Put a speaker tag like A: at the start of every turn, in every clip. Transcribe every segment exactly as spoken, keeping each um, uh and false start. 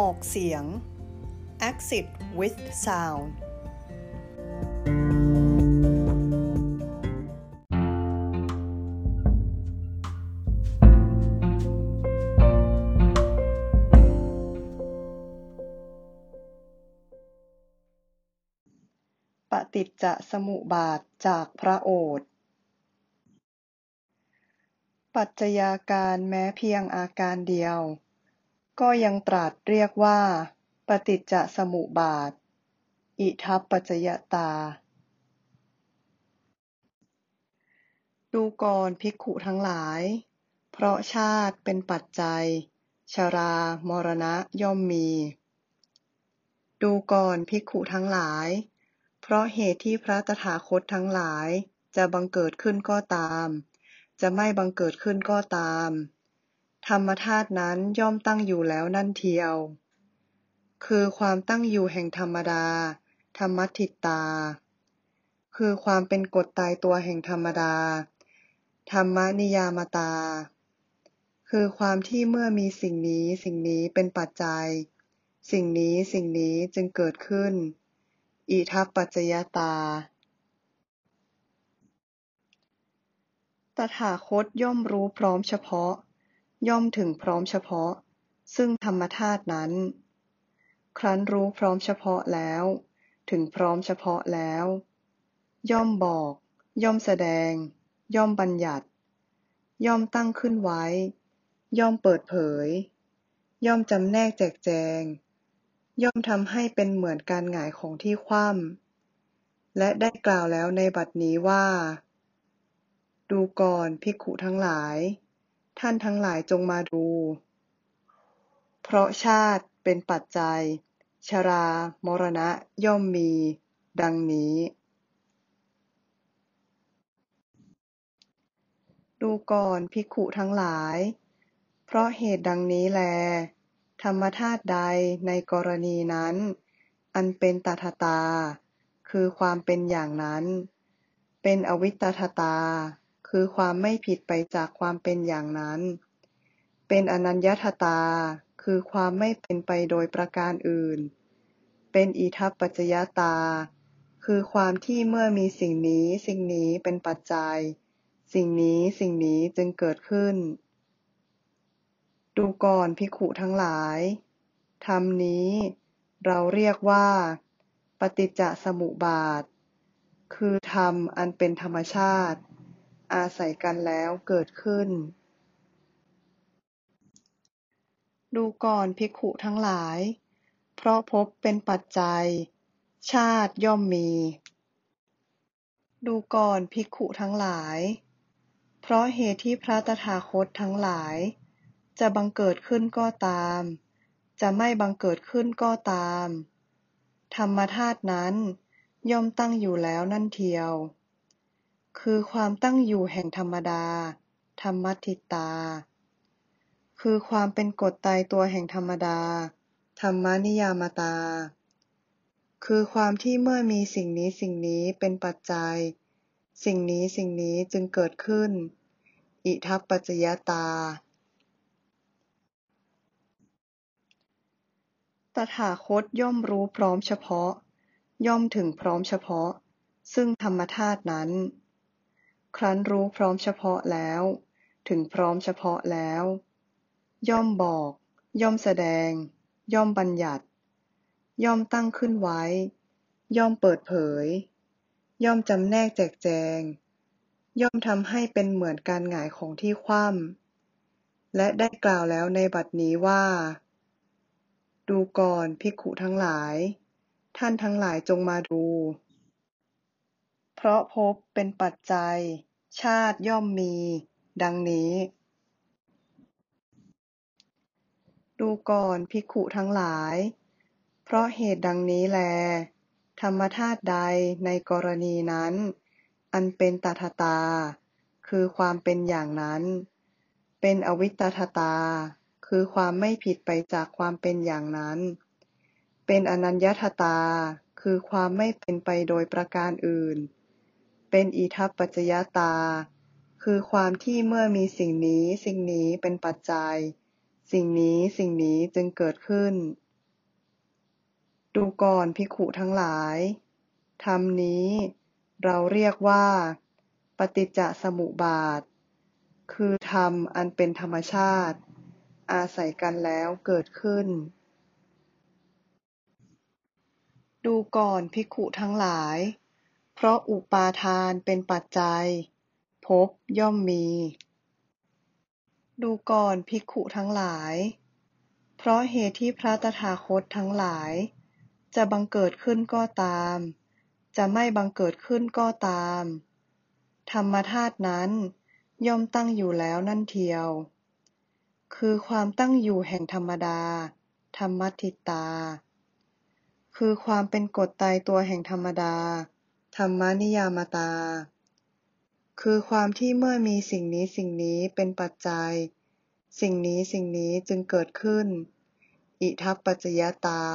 A: อกเสียง exit with sound ปฏิจจสมุปบาทจากพระโอษฐ์ปัจจัยาการแม้เพียงอาการเดียวก็ยังตรัสเรียกว่าปฏิจจสมุปบาทอิทัปปัจจยตาดูก่อนภิกขุทั้งหลายเพราะชาติเป็นปัจจัยชรามรณะย่อมมีดูก่อนภิกขุทั้งหลายเพราะเหตุที่พระตถาคตทั้งหลายจะบังเกิดขึ้นก็ตามจะไม่บังเกิดขึ้นก็ตามธรรมธาตุนั้นย่อมตั้งอยู่แล้วนั่นเทียวคือความตั้งอยู่แห่งธรรมดาธรรมัฏฐิตาคือความเป็นกฎตายตัวแห่งธรรมดาธรรมนิยามตาคือความที่เมื่อมีสิ่งนี้สิ่งนี้เป็นปัจจัยสิ่งนี้สิ่งนี้จึงเกิดขึ้นอิทัปปัจจยตาตถาคตย่อมรู้พร้อมเฉพาะย่อมถึงพร้อมเฉพาะซึ่งธรรมธาตุนั้นครั้นรู้พร้อมเฉพาะแล้วถึงพร้อมเฉพาะแล้วย่อมบอกย่อมแสดงย่อมบัญญัติย่อมตั้งขึ้นไว้ย่อมเปิดเผยย่อมจำแนกแจกแจงย่อมทำให้เป็นเหมือนการหงายของที่คว่ำและได้กล่าวแล้วในบัดนี้ว่าดูก่อนภิกขุทั้งหลายท่านทั้งหลายจงมาดูเพราะชาติเป็นปัจจัยชรามรณะย่อมมีดังนี้ดูก่อนภิกขุทั้งหลายเพราะเหตุดังนี้แลธรรมธาตุใดในกรณีนั้นอันเป็นตถตาคือความเป็นอย่างนั้นเป็นอวิตตถตาคือความไม่ผิดไปจากความเป็นอย่างนั้นเป็นอนัญญตตาคือความไม่เป็นไปโดยประการอื่นเป็นอิทัปปัจจยตาคือความที่เมื่อมีสิ่งนี้สิ่งนี้เป็นปัจจัยสิ่งนี้สิ่งนี้จึงเกิดขึ้นดูก่อนภิกขุทั้งหลายธรรมนี้เราเรียกว่าปฏิจจสมุปบาทคือธรรมอันเป็นธรรมชาติอาศัยกันแล้วเกิดขึ้นดูก่อนภิกขุทั้งหลายเพราะภพเป็นปัจจัยชาติย่อมมีดูก่อนภิกขุทั้งหลายเพราะเหตุที่พระตถาคตทั้งหลายจะบังเกิดขึ้นก็ตามจะไม่บังเกิดขึ้นก็ตามธรรมธาตุนั้นย่อมตั้งอยู่แล้วนั่นเทียวคือความตั้งอยู่แห่งธรรมดาธรรมัฏฐิตาคือความเป็นกฎตายตัวแห่งธรรมดาธรรมนิยามตาคือความที่เมื่อมีสิ่งนี้สิ่งนี้เป็นปัจจัยสิ่งนี้สิ่งนี้จึงเกิดขึ้นอิทัปปัจจยตาตถาคตย่อมรู้พร้อมเฉพาะย่อมถึงพร้อมเฉพาะซึ่งธรรมธาตุนั้นครั้นรู้พร้อมเฉพาะแล้วถึงพร้อมเฉพาะแล้วย่อมบอกย่อมแสดงย่อมบัญญัติย่อมตั้งขึ้นไว้ย่อมเปิดเผยย่อมจำแนกแจกแจงย่อมทำให้เป็นเหมือนการหงายของที่คว่ำและได้กล่าวแล้วในบัดนี้ว่าดูก่อนภิกขุทั้งหลายท่านทั้งหลายจงมาดูเพราะภพเป็นปัจจัยชาติย่อมมีดังนี้ดูก่อนภิกขุทั้งหลายเพราะเหตุดังนี้แลธรรมธาตุใดในกรณีนั้นอันเป็นตถตาคือความเป็นอย่างนั้นเป็นอวิตตถตาคือความไม่ผิดไปจากความเป็นอย่างนั้นเป็นอนัญญตตาคือความไม่เป็นไปโดยประการอื่นเป็นอิทัปปัจจยตาคือความที่เมื่อมีสิ่งนี้สิ่งนี้เป็นปัจจัยสิ่งนี้สิ่งนี้จึงเกิดขึ้นดูก่อนภิกขุทั้งหลาย ธรรมนี้เราเรียกว่า ปฏิจจสมุปบาท คือธรรมอันเป็นธรรมชาติ อาศัยกันแล้วเกิดขึ้น ดูก่อนภิกขุทั้งหลาย เพราะอุปาทานเป็นปัจจัย ภพย่อมมี ดูก่อนภิกขุทั้งหลาย เพราะเหตุที่พระตถาคตทั้งหลาย จะบังเกิดขึ้นก็ตาม จะไม่บังเกิดขึ้นก็ตาม ธรรมธาตุนั้นย่อมตั้งอยู่แล้วนั่นเทียว คือความตั้งอยู่แห่งธรรมดา ธรรมัฏฐิตา คือความเป็นกฎตายตัวแห่งธรรมดา ธรรมนิยามตา คือความที่เมื่อมีสิ่งนี้สิ่งนี้เป็นปัจจัย สิ่งนี้สิ่งนี้จึงเกิดขึ้น อิทัปปัจจยตา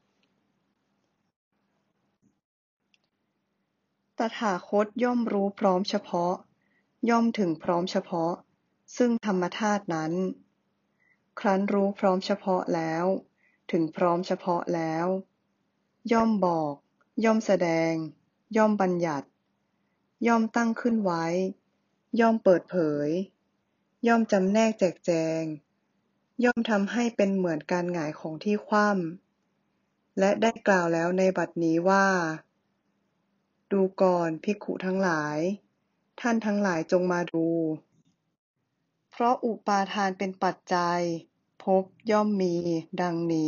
A: ตถาคตย่อมรู้พร้อมเฉพาะ ย่อมถึงพร้อมเฉพาะ ซึ่งธรรมธาตุนั้น ครั้นรู้พร้อมเฉพาะแล้ว ถึงพร้อมเฉพาะแล้ว ย่อมบอก ย่อมแสดง ย่อมบัญญัติ ย่อมตั้งขึ้นไว้ ย่อมเปิดเผย ย่อมจำแนกแจกแจง ย่อมทำให้เป็นเหมือนการหงายของที่คว่ำ และได้กล่าวแล้วในบัดนี้ว่า ดูก่อนภิกขุทั้งหลาย ท่านทั้งหลายจงมาดู เพราะอุปาทานเป็นปัจจัย ภพย่อมมี ดังนี้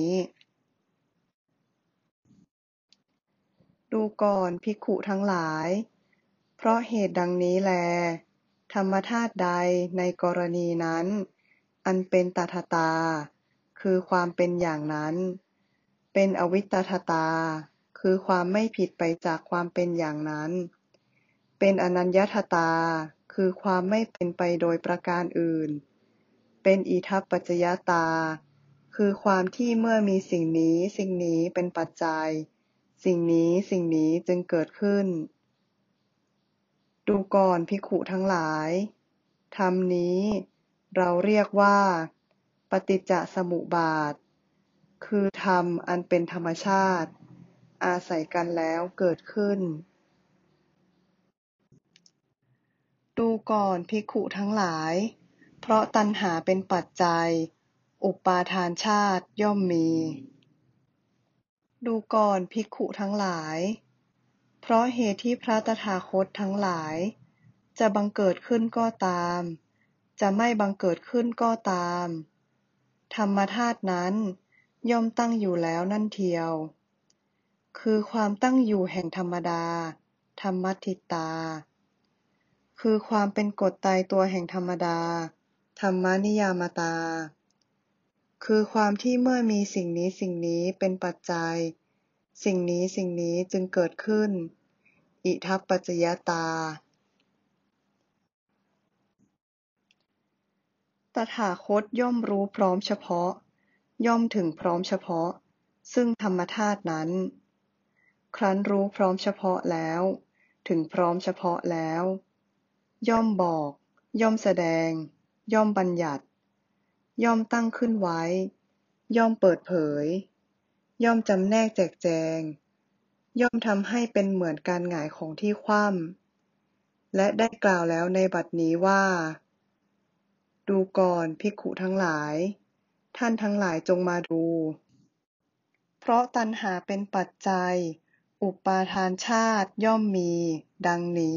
A: ดูก่อนภิกขุทั้งหลาย เพราะเหตุดังนี้แล ธรรมธาตุใดในกรณีนั้น อันเป็นตถาตา คือความเป็นอย่างนั้น เป็นอวิตตถตา คือความไม่ผิดไปจากความเป็นอย่างนั้น เป็นอนัญญตตา คือความไม่เป็นไปโดยประการอื่น เป็นอิทัปปัจจยตา คือความที่เมื่อมีสิ่งนี้สิ่งนี้เป็นปัจจัย สิ่งนี้สิ่งนี้จึงเกิดขึ้น ดูก่อนภิกขุทั้งหลาย ธรรมนี้เราเรียกว่า ปฏิจจสมุปบาท คือธรรมอันเป็นธรรมชาติ อาศัยกันแล้วเกิดขึ้น ดูก่อนภิกขุทั้งหลาย เพราะตัณหาเป็นปัจจัย อุปาทานชาติย่อมมี ดูก่อนภิกขุทั้งหลาย เพราะเหตุที่พระตถาคตทั้งหลาย จะบังเกิดขึ้นก็ตาม จะไม่บังเกิดขึ้นก็ตาม ธรรมธาตุนั้นย่อมตั้งอยู่แล้วนั่นเทียว คือความตั้งอยู่แห่งธรรมดา ธรรมัฏฐิตา คือความเป็นกฎตายตัวแห่งธรรมดา ธรรมนิยามตา คือความที่เมื่อมีสิ่งนี้สิ่งนี้เป็นปัจจัย สิ่งนี้สิ่งนี้จึงเกิดขึ้น อิทัปปัจจยตา ตถาคตย่อมรู้พร้อมเฉพาะ ย่อมถึงพร้อมเฉพาะ ซึ่งธรรมธาตุนั้น ครั้นรู้พร้อมเฉพาะแล้ว ถึงพร้อมเฉพาะแล้ว ย่อมบอก ย่อมแสดง ย่อมบัญญัติ ย่อมตั้งขึ้นไว้ ย่อมเปิดเผย ย่อมจำแนกแจกแจง ย่อมทำให้เป็นเหมือนการหงายของที่คว่ำ และได้กล่าวแล้วในบัดนี้ว่า ดูก่อนภิกขุทั้งหลาย ท่านทั้งหลายจงมาดู เพราะตัณหาเป็นปัจจัย อุปาทานชาติย่อมมี ดังนี้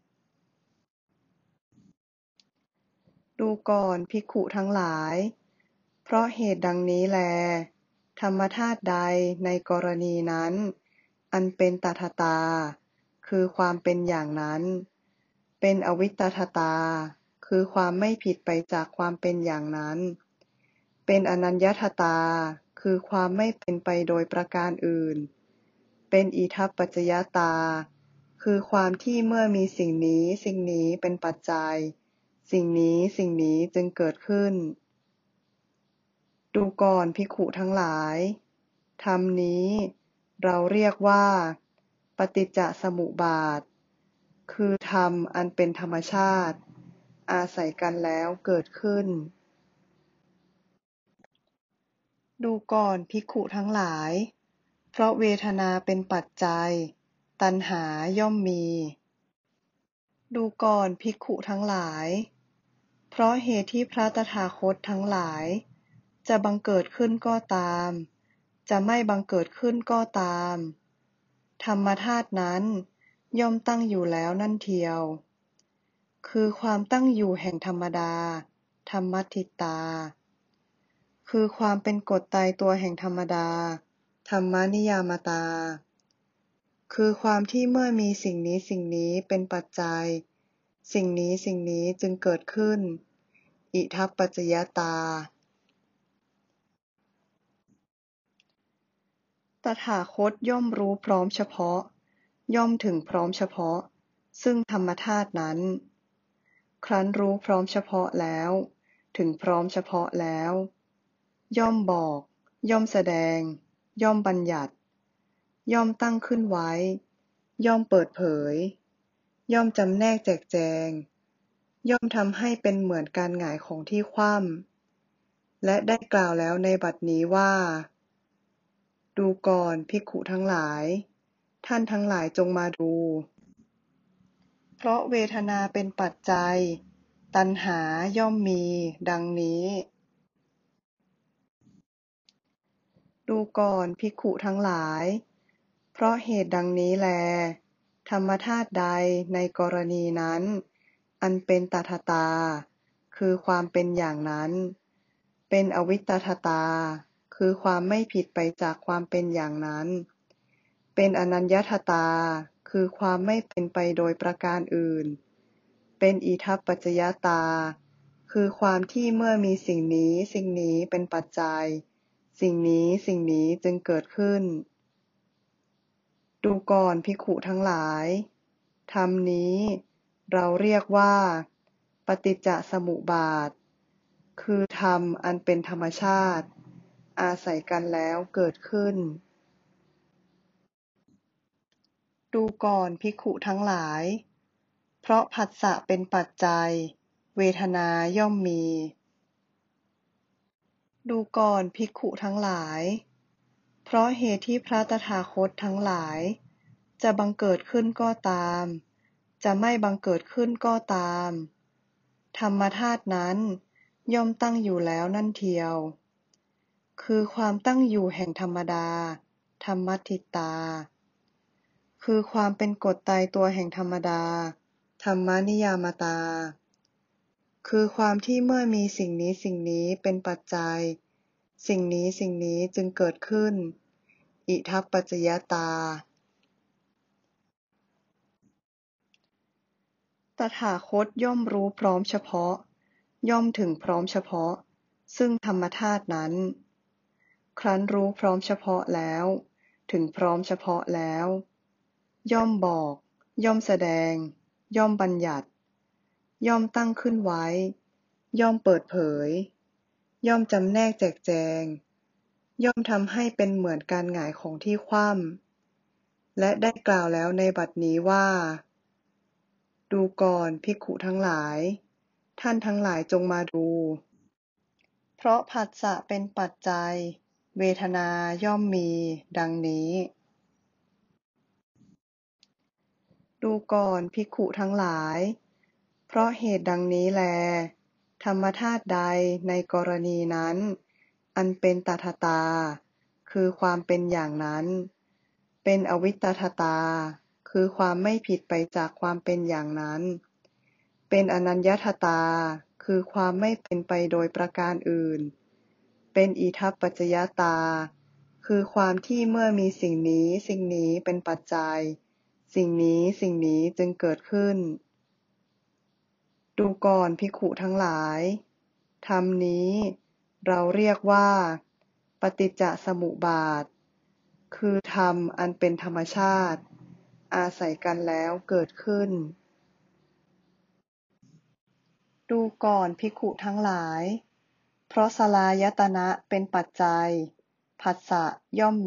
A: ดูก่อนภิกขุทั้งหลาย เพราะเหตุดังนี้แล ธรรมธาตุใดในกรณีนั้น อันเป็นตถาตา คือความเป็นอย่างนั้น เป็นอวิตตถตา คือความไม่ผิดไปจากความเป็นอย่างนั้น เป็นอนัญญตตา คือความไม่เป็นไปโดยประการอื่น เป็นอิทัปปัจจยตา คือความที่เมื่อมีสิ่งนี้สิ่งนี้เป็นปัจจัย สิ่งนี้สิ่งนี้จึงเกิดขึ้น ดูก่อนภิกขุทั้งหลาย ธรรมนี้เราเรียกว่า ปฏิจจสมุปบาท คือธรรมอันเป็นธรรมชาติ อาศัยกันแล้วเกิดขึ้น ดูก่อนภิกขุทั้งหลายเพราะเวทนาเป็นปัจจัยตัณหาย่อมมี ดูก่อนภิกขุทั้งหลาย เพราะเหตุที่พระตถาคตทั้งหลายจะบังเกิดขึ้นก็ตาม จะไม่บังเกิดขึ้นก็ตาม ธรรมธาตุนั้นย่อมตั้งอยู่แล้วนั่นเทียว คือความตั้งอยู่แห่งธรรมดา ธรรมทิตตา คือความเป็นกฎตายตัวแห่งธรรมดา ธรรมนิยามตา คือความที่เมื่อมีสิ่งนี้สิ่งนี้เป็นปัจจัย สิ่งนี้สิ่งนี้จึงเกิดขึ้น อิทัปปัจจยตา ตถาคตย่อมรู้พร้อมเฉพาะ ย่อมถึงพร้อมเฉพาะ ซึ่งธรรมธาตุนั้น ครั้นรู้พร้อมเฉพาะแล้ว ถึงพร้อมเฉพาะแล้ว ย่อมบอก ย่อมแสดง ย่อมบัญญัติ ย่อมตั้งขึ้นไว้ ย่อมเปิดเผย ย่อมจำแนกแจกแจง ย่อมทำให้เป็นเหมือนการหงายของที่คว่ำ และได้กล่าวแล้วในบัดนี้ว่า ดูก่อนภิกขุทั้งหลาย ท่านทั้งหลายจงมาดู เพราะเวทนาเป็นปัจจัยตัณหาย่อมมี ดังนี้ ดูก่อนภิกขุทั้งหลาย เพราะเหตุดังนี้แล ธรรมธาตุใดในกรณีนั้น อันเป็นตถตา คือความเป็นอย่างนั้น เป็นอวิตตถตา คือความไม่ผิดไปจากความเป็นอย่างนั้น เป็นอนัญญตตา คือความไม่เป็นไปโดยประการอื่น เป็นอิทัปปัจจยตา คือความที่เมื่อมีสิ่งนี้สิ่งนี้เป็นปัจจัย สิ่งนี้สิ่งนี้จึงเกิดขึ้น ดูก่อนภิกขุทั้งหลาย ธรรมนี้เราเรียกว่า ปฏิจจสมุปบาท คือธรรมอันเป็นธรรมชาติ อาศัยกันแล้วเกิดขึ้น ดูก่อนภิกขุทั้งหลาย เพราะผัสสะเป็นปัจจัย เวทนาย่อมมี ดูก่อนภิกขุทั้งหลาย เพราะเหตุที่พระตถาคตทั้งหลายจะบังเกิดขึ้นก็ตาม จะไม่บังเกิดขึ้นก็ตาม ธรรมธาตุนั้นย่อมตั้งอยู่แล้วนั่นเทียว คือความตั้งอยู่แห่งธรรมดา ธรรมทิตตา คือความเป็นกฎตายตัวแห่งธรรมดา ธรรมนิยามตา คือความที่เมื่อมีสิ่งนี้สิ่งนี้เป็นปัจจัย สิ่งนี้สิ่งนี้จึงเกิดขึ้น อิทัปปัจจยตา ตถาคตย่อมรู้พร้อมเฉพาะ ย่อมถึงพร้อมเฉพาะ ซึ่งธรรมธาตุนั้น ครั้นรู้พร้อมเฉพาะแล้ว ถึงพร้อมเฉพาะแล้ว ย่อมบอก ย่อมแสดง ย่อมบัญญัติ ย่อมตั้งขึ้นไว้ ย่อมเปิดเผย ย่อมจำแนกแจกแจง ย่อมทำให้เป็นเหมือนการหงายของที่คว่ำ และได้กล่าวแล้วในบัดนี้ว่า ดูก่อนภิกขุทั้งหลาย ท่านทั้งหลายจงมาดู เพราะผัสสะเป็นปัจจัย เวทนาย่อมมี ดังนี้ ดูก่อนภิกขุทั้งหลาย เพราะเหตุดังนี้แล ธรรมธาตุใดในกรณีนั้น อันเป็นตถตา คือความเป็นอย่างนั้น เป็นอวิตตตา คือความไม่ผิดไปจากความเป็นอย่างนั้น เป็นอนัญญตตา คือความไม่เป็นไปโดยประการอื่น เป็นอิทัปปัจจยตา คือความที่เมื่อมีสิ่งนี้สิ่งนี้เป็นปัจจัย สิ่งนี้สิ่งนี้จึงเกิดขึ้น ดูก่อนภิกขุทั้งหลาย ธรรมนี้เราเรียกว่า ปฏิจจสมุปบาท คือธรรมอันเป็นธรรมชาติ อาศัยกันแล้วเกิดขึ้น ดูก่อนภิกขุทั้งหลาย เพราะสลายตนะเป็นปัจจัย ผัสสะย่อมมี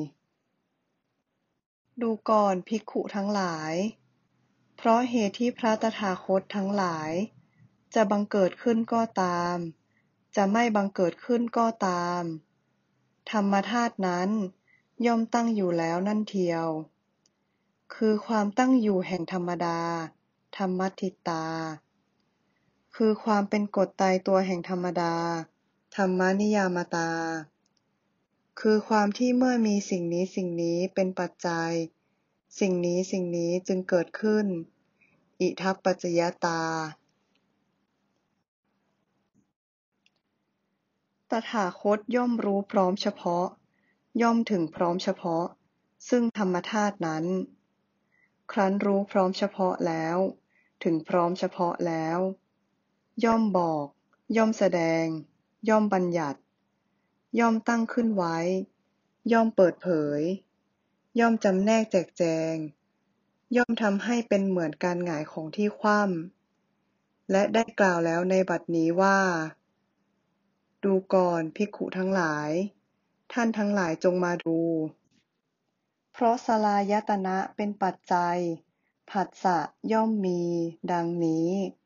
A: ดูก่อนภิกขุทั้งหลาย เพราะเหตุที่พระตถาคตทั้งหลายจะบังเกิดขึ้นก็ตาม จะไม่บังเกิดขึ้นก็ตาม ธรรมธาตุนั้นย่อมตั้งอยู่แล้วนั่นเทียว คือความตั้งอยู่แห่งธรรมดา ธัมมัฏฐิตา คือความเป็นกฎตายตัวแห่งธรรมดา ธัมมนิยามตา คือความที่เมื่อมีสิ่งนี้สิ่งนี้เป็นปัจจัย สิ่งนี้สิ่งนี้จึงเกิดขึ้น อิทัปปัจจยตา ตถาคตย่อมรู้พร้อมเฉพาะ ย่อมถึงพร้อมเฉพาะ ซึ่งธรรมธาตุนั้น ครั้นรู้พร้อมเฉพาะแล้ว ถึงพร้อมเฉพาะแล้ว ย่อมบอก ย่อมแสดง ย่อมบัญญัติ ย่อมตั้งขึ้นไว้ ย่อมเปิดเผย ย่อมจำแนกแจกแจง ย่อมทำให้เป็นเหมือนการหงายของที่คว่ำ และได้กล่าวแล้วในบัดนี้ว่า ดูก่อนภิกขุทั้งหลาย ท่านทั้งหลายจงมาดู เพราะสลายตนะเป็นปัจจัย ผัสสะย่อมมี ดังนี้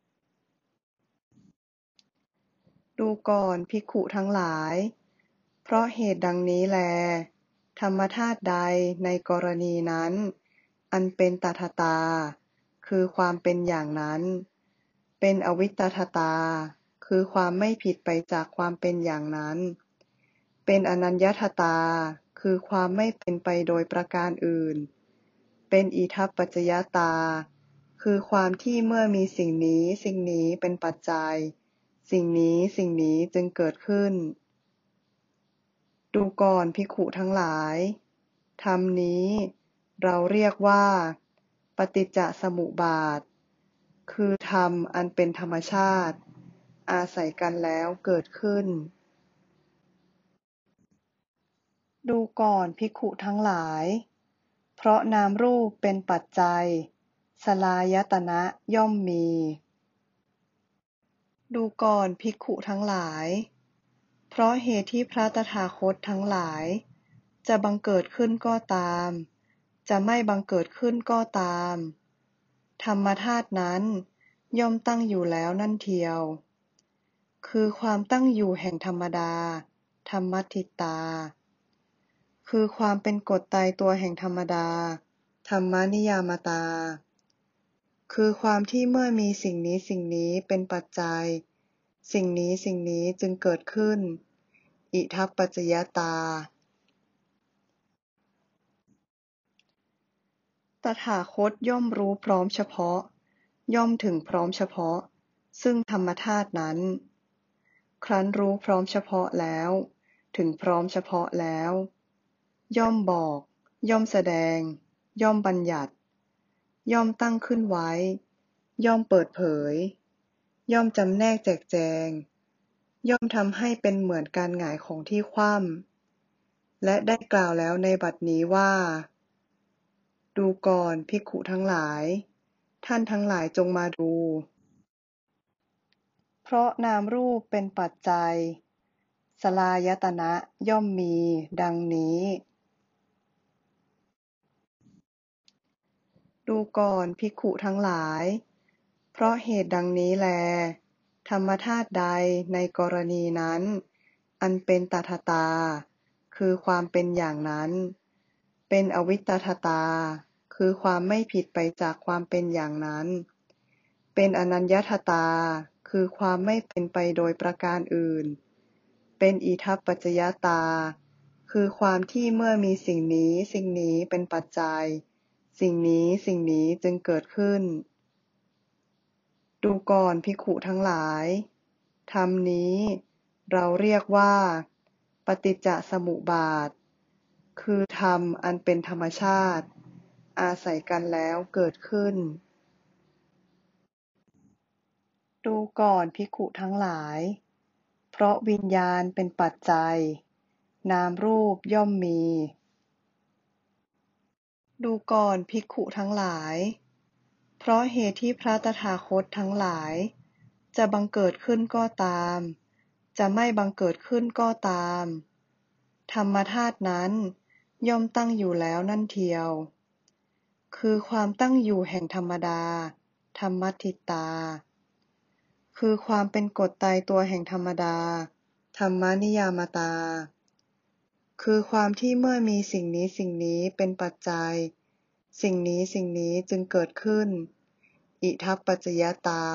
A: ดูก่อนภิกขุทั้งหลาย เพราะเหตุดังนี้แล ธรรมธาตุใดในกรณีนั้น อันเป็นตถาตา คือความเป็นอย่างนั้น เป็นอวิตตถตา คือความไม่ผิดไปจากความเป็นอย่างนั้น เป็นอนัญญตตา คือความไม่เป็นไปโดยประการอื่น เป็นอิทัปปัจจยตา คือความที่เมื่อมีสิ่งนี้สิ่งนี้เป็นปัจจัย สิ่งนี้สิ่งนี้จึงเกิดขึ้น ดูก่อนภิกขุทั้งหลาย ธรรมนี้เราเรียกว่า ปฏิจจสมุปบาท คือธรรมอันเป็นธรรมชาติ อาศัยกันแล้วเกิดขึ้น ดูก่อนภิกขุทั้งหลาย เพราะนามรูปเป็นปัจจัย สลายตนะย่อมมี ดูก่อนภิกขุทั้งหลาย เพราะเหตุที่พระตถาคตทั้งหลาย จะบังเกิดขึ้นก็ตาม จะไม่บังเกิดขึ้นก็ตาม ธรรมธาตุนั้นย่อมตั้งอยู่แล้วนั่นเทียว คือความตั้งอยู่แห่งธรรมดา ธัมมัฏฐิตา คือความเป็นกฎตายตัวแห่งธรรมดา ธัมมนิยามตา คือความที่เมื่อมีสิ่งนี้สิ่งนี้เป็นปัจจัย สิ่งนี้สิ่งนี้จึงเกิดขึ้น อิทัปปัจจยตา ตถาคตย่อมรู้พร้อมเฉพาะ ย่อมถึงพร้อมเฉพาะ ซึ่งธรรมธาตุนั้น ครั้นรู้พร้อมเฉพาะแล้ว ถึงพร้อมเฉพาะแล้ว ย่อมบอก ย่อมแสดง ย่อมบัญญัติ ย่อมตั้งขึ้นไว้ ย่อมเปิดเผย ย่อมจำแนกแจกแจง ย่อมทำให้เป็นเหมือนการหงายของที่คว่ำ และได้กล่าวแล้วในบัดนี้ว่า ดูก่อนภิกขุทั้งหลาย ท่านทั้งหลายจงมาดู เพราะนามรูปเป็นปัจจัย สลายตนะย่อมมี ดังนี้ ดูก่อนภิกขุทั้งหลาย เพราะเหตุดังนี้แล ธรรมธาตุใดในกรณีนั้น อันเป็นตถาตา คือความเป็นอย่างนั้น เป็นอวิตตถตา คือความไม่ผิดไปจากความเป็นอย่างนั้น เป็นอนัญญตตา คือความไม่เป็นไปโดยประการอื่น เป็นอิทัปปัจจยตา คือความที่เมื่อมีสิ่งนี้สิ่งนี้เป็นปัจจัย สิ่งนี้สิ่งนี้จึงเกิดขึ้น ดูก่อนภิกขุทั้งหลาย ธรรมนี้เราเรียกว่า ปฏิจจสมุปบาท คือธรรมอันเป็นธรรมชาติ อาศัยกันแล้วเกิดขึ้น ดูก่อนภิกขุทั้งหลาย เพราะวิญญาณเป็นปัจจัย นามรูปย่อมมี ดูก่อนภิกขุทั้งหลาย เพราะเหตุที่พระตถาคตทั้งหลาย จะบังเกิดขึ้นก็ตาม จะไม่บังเกิดขึ้นก็ตาม ธรรมธาตุนั้นย่อมตั้งอยู่แล้วนั่นเทียว คือความตั้งอยู่แห่งธรรมดา ธัมมัฏฐิตา คือความเป็นกฎตายตัวแห่งธรรมดา ธัมมนิยามตาคือความที่เมื่อมีสิ่งนี้สิ่งนี้เป็นปัจจัยสิ่งนี้สิ่งนี้จึงเกิดขึ้นอิทัปปัจจยตา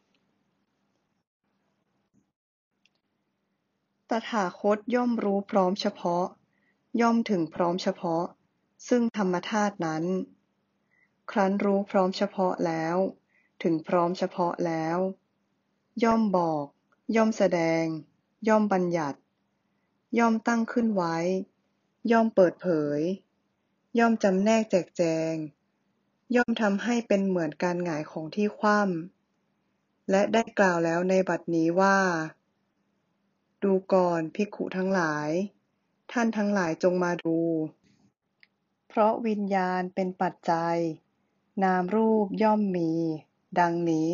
A: ตถาคตย่อมรู้พร้อมเฉพาะย่อมถึงพร้อมเฉพาะซึ่งธรรมธาตุนั้นครั้นรู้พร้อมเฉพาะแล้วถึงพร้อมเฉพาะแล้วย่อมบอกย่อมแสดงย่อมบัญญัติย่อมตั้งขึ้นไว้ย่อมเปิดเผยย่อมจำแนกแจกแจงย่อมทำให้เป็นเหมือนการหงายของที่คว่ำและได้กล่าวแล้วในบัดนี้ว่าดูก่อนภิกขุทั้งหลายท่านทั้งหลายจงมาดูเพราะวิญญาณเป็นปัจจัยนามรูปย่อมมีดังนี้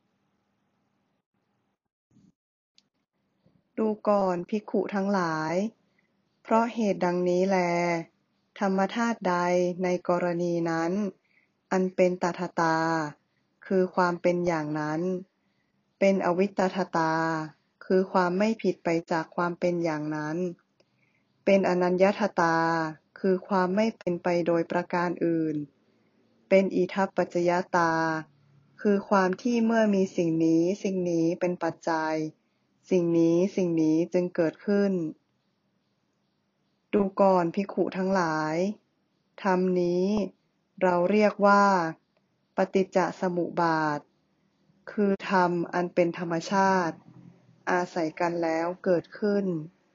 A: ดูก่อนภิกขุทั้งหลายเพราะเหตุดังนี้แลธรรมธาตุใดในกรณีนั้นอันเป็นตถตาคือความเป็นอย่างนั้นเป็นอวิตตถตาคือความไม่ผิดไปจากความเป็นอย่างนั้นเป็นอนัญญตตาคือความไม่เป็นไปโดยประการอื่นเป็นอิทัปปัจจยตาคือความที่เมื่อมีสิ่งนี้สิ่งนี้เป็นปัจจัยสิ่งนี้สิ่งนี้จึงเกิดขึ้นดูก่อนภิกขุทั้งหลายธรรมนี้เราเรียกว่าปฏิจจสมุปบาทคือธรรมอันเป็นธรรมชาติอาศัยกันแล้วเกิดขึ้น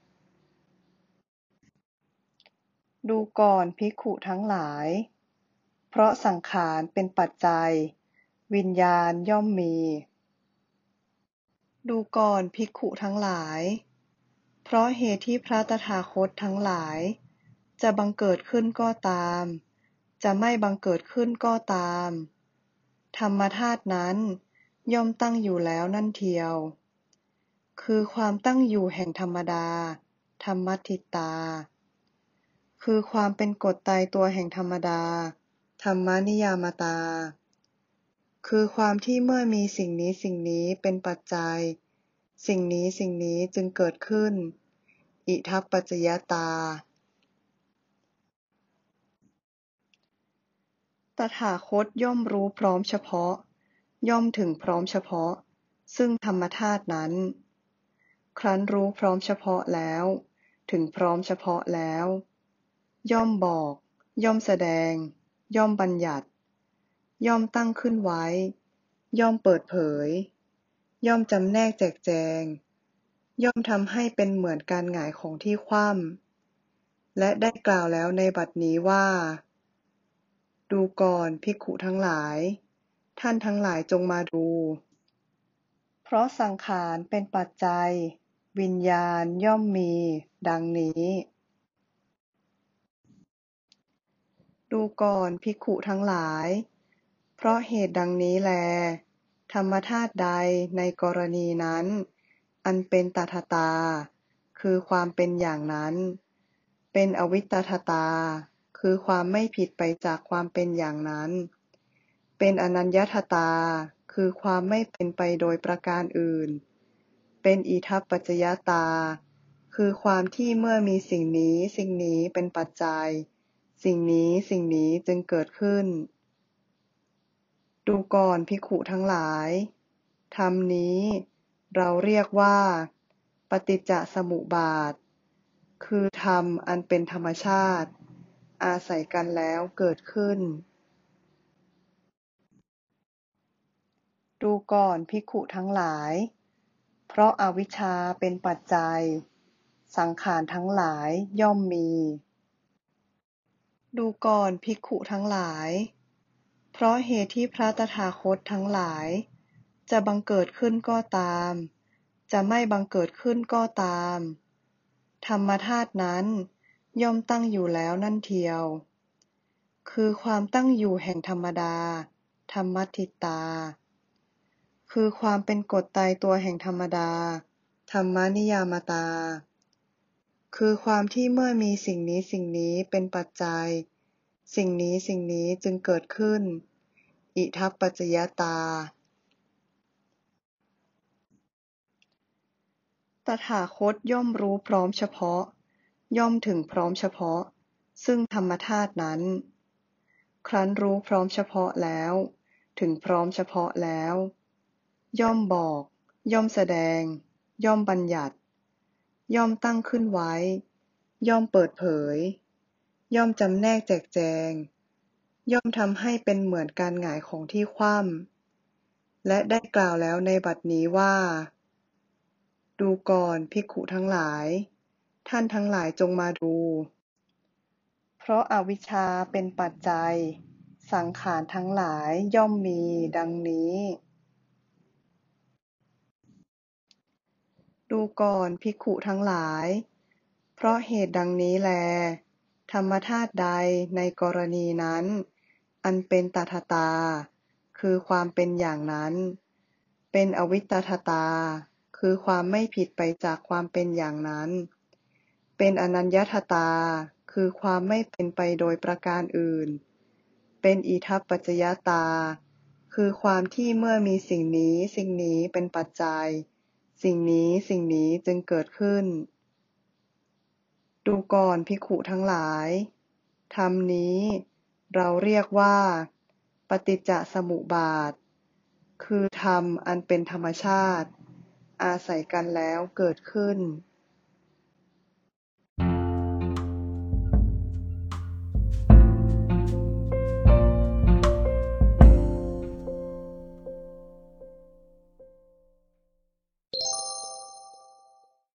A: ดูก่อนภิกขุทั้งหลายเพราะสังขารเป็นปัจจัยวิญญาณย่อมมีดูก่อนภิกขุทั้งหลายเพราะเหตุที่พระตถาคตทั้งหลายจะบังเกิดขึ้นก็ตามจะไม่บังเกิดขึ้นก็ตามธรรมธาตุนั้นย่อมตั้งอยู่แล้วนั่นเทียวคือความตั้งอยู่แห่งธรรมดาธรรมทิตตาคือความเป็นกฎตายตัวแห่งธรรมดาธรรมนิยามตาคือความที่เมื่อมีสิ่งนี้สิ่งนี้เป็นปัจจัยสิ่งนี้สิ่งนี้จึงเกิดขึ้นอิทัปปัจจยตาตถาคตย่อมรู้พร้อมเฉพาะย่อมถึงพร้อมเฉพาะซึ่งธรรมธาตุนั้นครั้นรู้พร้อมเฉพาะแล้วถึงพร้อมเฉพาะแล้วย่อมบอกย่อมแสดงย่อมบัญญัติย่อมตั้งขึ้นไว้ย่อมเปิดเผยย่อมจำแนกแจกแจงย่อมทำให้เป็นเหมือนการหงายของที่คว่ำและได้กล่าวแล้วในบัดนี้ว่าดูก่อนภิกขุทั้งหลายท่านทั้งหลายจงมาดูเพราะสังขารเป็นปัจจัยวิญญาณย่อมมีดังนี้ดูก่อนภิกขุทั้งหลายเพราะเหตุดังนี้แลธรรมธาตุใดในกรณีนั้นอันเป็นตถตาคือความเป็นอย่างนั้นเป็นอวิตตถตาคือความไม่ผิดไปจากความเป็นอย่างนั้นเป็นอนัญญตตาคือความไม่เป็นไปโดยประการอื่นเป็นอิทัปปัจจยตาคือความที่เมื่อมีสิ่งนี้สิ่งนี้เป็นปัจจัยสิ่งนี้สิ่งนี้จึงเกิดขึ้นดูก่อนภิกขุทั้งหลายธรรมนี้เราเรียกว่าปฏิจจสมุปบาทคือธรรมอันเป็นธรรมชาติอาศัยกันแล้วเกิดขึ้นดูก่อนภิกขุทั้งหลายเพราะอวิชชาเป็นปัจจัยสังขารทั้งหลายย่อมมีดูก่อนภิกขุทั้งหลายเพราะเหตุที่พระตถาคตทั้งหลายจะบังเกิดขึ้นก็ตามจะไม่บังเกิดขึ้นก็ตามธรรมธาตุนั้นย่อมตั้งอยู่แล้วนั่นเทียวคือความตั้งอยู่แห่งธรรมดาธรรมทิตตาคือความเป็นกฎตายตัวแห่งธรรมดาธรรมนิยามตาคือความที่เมื่อมีสิ่งนี้สิ่งนี้เป็นปัจจัยสิ่งนี้สิ่งนี้จึงเกิดขึ้นอิทัปปัจจยตาตถาคตย่อมรู้พร้อมเฉพาะย่อมถึงพร้อมเฉพาะซึ่งธรรมธาตุนั้นครั้นรู้พร้อมเฉพาะแล้วถึงพร้อมเฉพาะแล้วย่อมบอกย่อมแสดงย่อมบัญญัติย่อมตั้งขึ้นไว้ย่อมเปิดเผยย่อมจำแนกแจกแจงย่อมทำให้เป็นเหมือนการหงายของที่คว่ำและได้กล่าวแล้วในบัดนี้ว่าดูก่อนภิกขุทั้งหลายท่านทั้งหลายจงมาดูเพราะอวิชชาเป็นปัจจัยสังขารทั้งหลายย่อมมีดังนี้ดูก่อนภิกขุทั้งหลายเพราะเหตุดังนี้แลธรรมธาตุใดในกรณีนั้นอันเป็นตถตาคือความเป็นอย่างนั้นเป็นอวิตตถตาคือความไม่ผิดไปจากความเป็นอย่างนั้นเป็นอนัญญตตาคือความไม่เป็นไปโดยประการอื่นเป็นอิทัปปัจจยตาคือความที่เมื่อมีสิ่งนี้สิ่งนี้เป็นปัจจัยสิ่งนี้สิ่งนี้จึงเกิดขึ้นดูก่อนภิกขุทั้งหลายธรรมนี้เราเรียกว่าปฏิจจสมุปบาทคือธรรมอันเป็นธรรมชาติอาศัยกันแล้วเกิดขึ้น